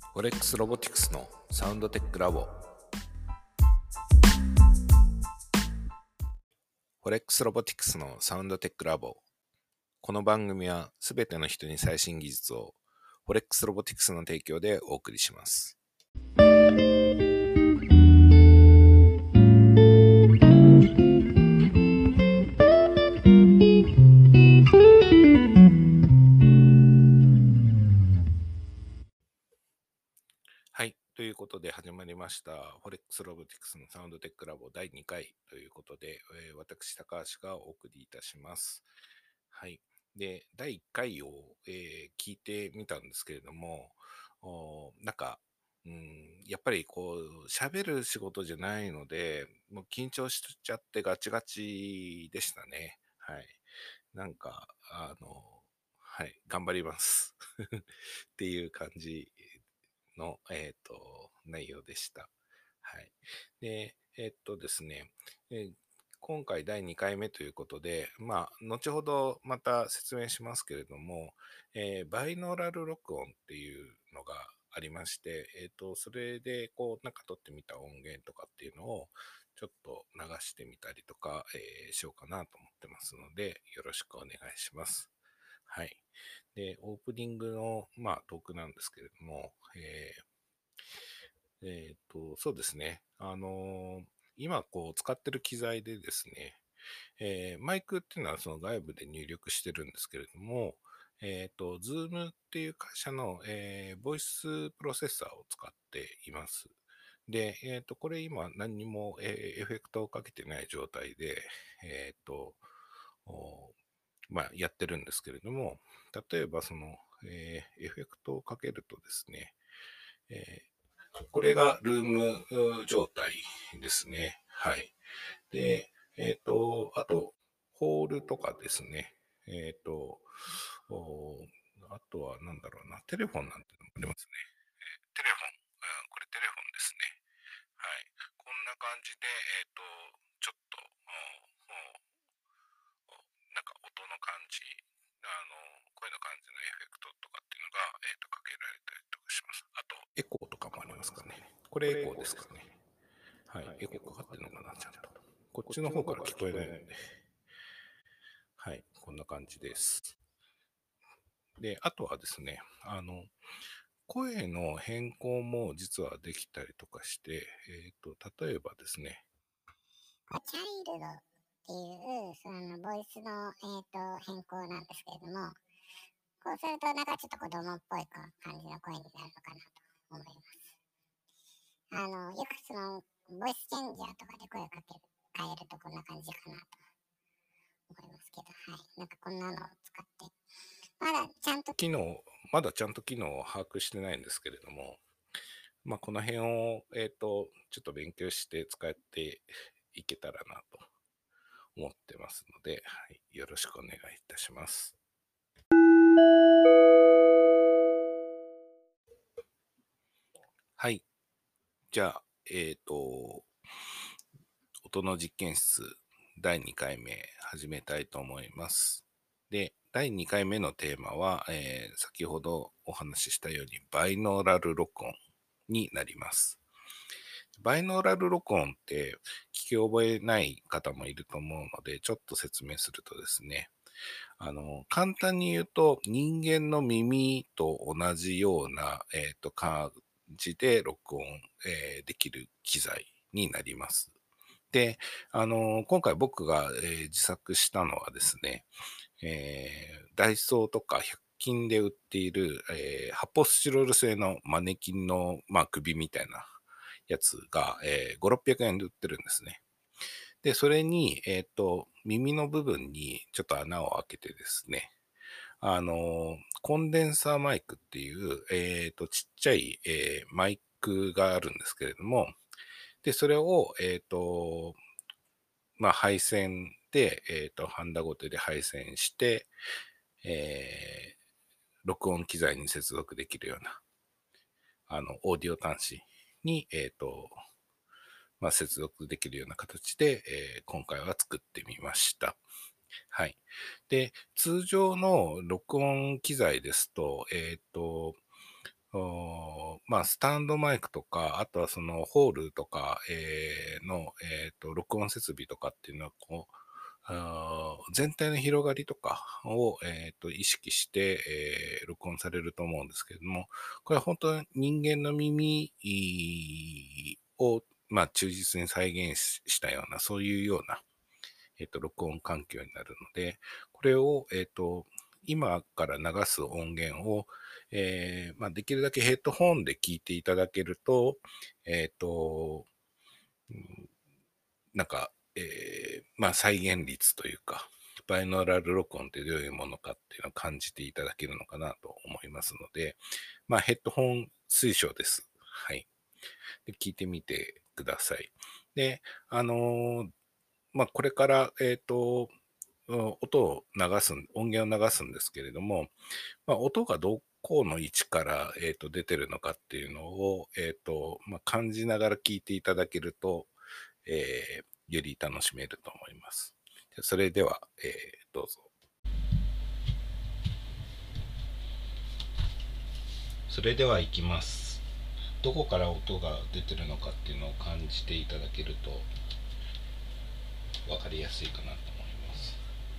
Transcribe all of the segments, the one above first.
フォレックスロボティクスのサウンドテックラボ。フォレックスロボティクスのサウンドテックラボ。この番組はすべての人に最新技術をフォレックスロボティクスの提供でお送りします。はい。ということで始まりました。フォレックスロボティクスのサウンドテックラボ第2回ということで、私、高橋がお送りいたします。はい。で、第1回を、聞いてみたんですけれども、なんか、やっぱりこう、喋る仕事じゃないので、もう緊張しちゃってガチガチでしたね。はい。なんか、はい、頑張ります。っていう感じの、内容でした。はい。で、ですね、今回第2回目ということで、後ほどまた説明しますけれども、バイノーラル録音っていうのがありまして、それでこう、なんか撮ってみた音源とかっていうのをちょっと流してみたりとか、しようかなと思ってますので、よろしくお願いします。はい。で、オープニングの、トークなんですけれども、そうですね。今こう使ってる機材でですね、マイクっていうのはその外部で入力してるんですけれども、Zoom っていう会社の、ボイスプロセッサーを使っています。で、これ今何にも、エフェクトをかけてない状態で、えっと、おやってるんですけれども、例えばその、エフェクトをかけるとですね、えこれがルーム状態ですね。はい。で、あと、ホールとかですね。えっ、と、あとはなんだろうな、テレフォンなんてのもありますね。テレフォン、これテレフォンですね。はい。こんな感じで、ちょっと、なんか音の感じ、声の感じのエフェクトとかっていうのが、かけられたりとかします。あと、エコーとかもありますかね。これエコーですかね。はい。エコーかかってるのかな、ちゃんと。こっちの方から聞こえないので。はい。こんな感じです。で、あとはですね、声の変更も実はできたりとかして、例えばですね、 チャイルドっていうそのボイスの、変更なんですけれども、こうするとなんかちょっと子供っぽい感じの声になるのかなと思います。よくそのボイスチェンジャーとかで声を変えるとこんな感じかなと思いますけど、はい。なんかこんなのを使って、まだちゃんとまだちゃんと機能を把握してないんですけれども、この辺を、ちょっと勉強して使っていけたらなと思ってますので、はい、よろしくお願いいたします。はい。じゃあ、音の実験室第2回目始めたいと思います。で、第2回目のテーマは、先ほどお話ししたようにバイノーラル録音になります。バイノーラル録音って聞き覚えない方もいると思うので、ちょっと説明するとですね、簡単に言うと人間の耳と同じような、感じで録音、できる機材になります。で、今回僕が、自作したのはですね、ダイソーとか100均で売っている、発泡スチロール製のマネキンの、首みたいなやつが、5、600円で売ってるんですね。で、それに、耳の部分にちょっと穴を開けてですね、コンデンサーマイクっていう、ちっちゃい、マイクがあるんですけれども、で、それを、配線で、ハンダゴテで配線して、えー録音機材に接続できるような、オーディオ端子に、接続できるような形で、今回は作ってみました。はい。で、通常の録音機材ですと、 スタンドマイクとか、あとはそのホールとか、の、録音設備とかっていうのは、全体の広がりとかを、意識して、録音されると思うんですけれども、これは本当に人間の耳を、忠実に再現したような、そういうような、録音環境になるので、これを、今から流す音源を、できるだけヘッドホンで聞いていただけると、えっ、と、なんか、再現率というか、バイノーラル録音ってどういうものかっていうのを感じていただけるのかなと思いますので、ヘッドホン推奨です。はい。で聞いてみてください。で、これから、音を音源を流すんですけれども、音がどこの位置から、出てるのかっていうのを、感じながら聞いていただけると、より楽しめると思います。それでは、どうぞ。それでは行きます。どこから音が出てるのかっていうのを感じていただけると分かりやすいかなと思います。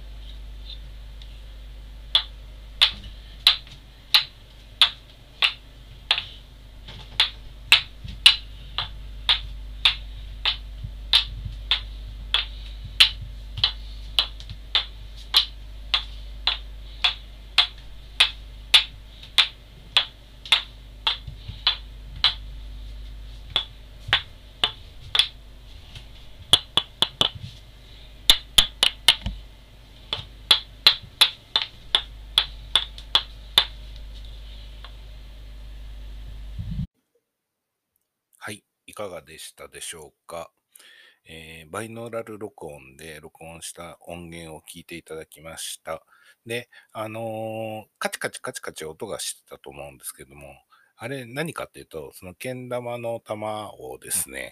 はい、いかがでしたでしょうか。バイノーラル録音で録音した音源を聞いていただきました。で、カチカチカチカチ音がしてたと思うんですけども、あれ何かっていうと、そのけん玉の玉をですね、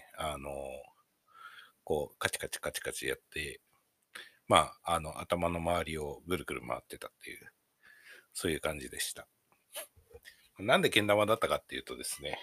カチカチカチカチやって、頭の周りをぐるぐる回ってたっていう、そういう感じでした。なんでけん玉だったかっていうとですね、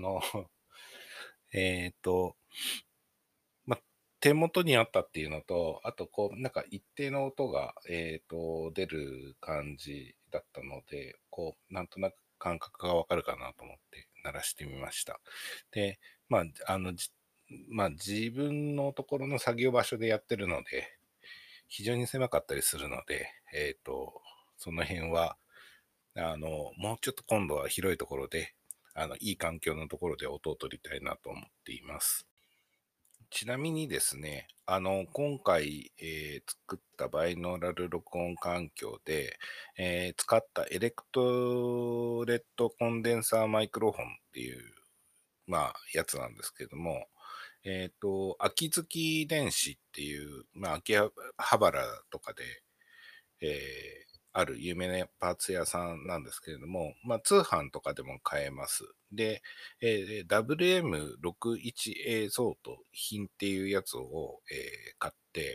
えっと、手元にあったっていうのと、あと、なんか一定の音が、出る感じだったので、なんとなく感覚がわかるかなと思って鳴らしてみました。で、まあ、あの、じ自分のところの作業場所でやってるので、非常に狭かったりするので、その辺は、もうちょっと今度は広いところで、いい環境のところで音を取りたいなと思っています。ちなみにですね、今回、作ったバイノーラル録音環境で、使ったエレクトレットコンデンサーマイクロフォンっていう、やつなんですけども、秋月電子っていう、秋葉原とかで、ある有名なパーツ屋さんなんですけれども、通販とかでも買えます。で、WM61A 相当品っていうやつを、買って、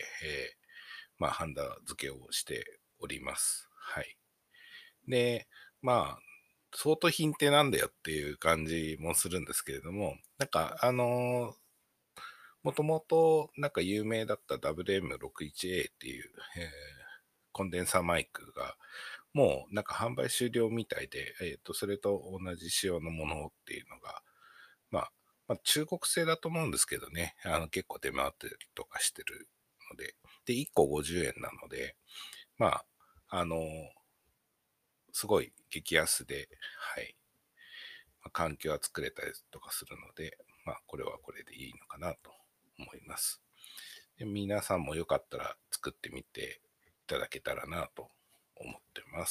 ハンダ付けをしております。はい。で、相当品ってなんだよっていう感じもするんですけれども、なんか、もともとなんか有名だった WM61A っていう、コンデンサーマイクが、もうなんか販売終了みたいで、それと同じ仕様のものっていうのが、まあ、中国製だと思うんですけどね、結構出回ってるとかしてるので、で、1個50円なので、まあ、あの、すごい激安で、はい、環境は作れたりとかするので、これはこれでいいのかなと思います。で皆さんもよかったら作ってみていただけたらなと思ってます。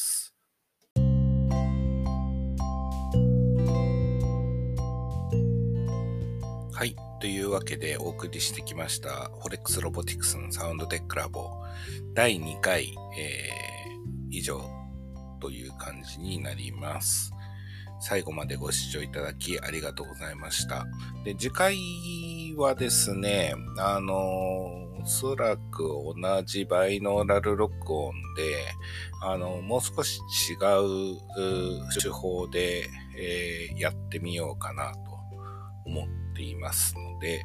はい。というわけでお送りしてきました、フォレックスロボティクスのサウンドテックラボ第2回、以上という感じになります。最後までご視聴いただきありがとうございました。で、次回はですね、 おそらく同じバイノーラル録音で、もう少し違う手法で、やってみようかなと思っていますので、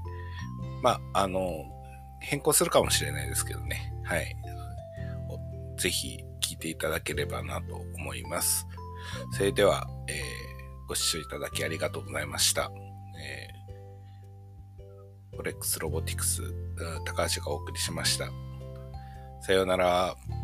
変更するかもしれないですけどね。はい。ぜひ聞いていただければなと思います。それでは、ご視聴いただきありがとうございました。フォレックスロボティクス、高橋がお送りしました。さようなら。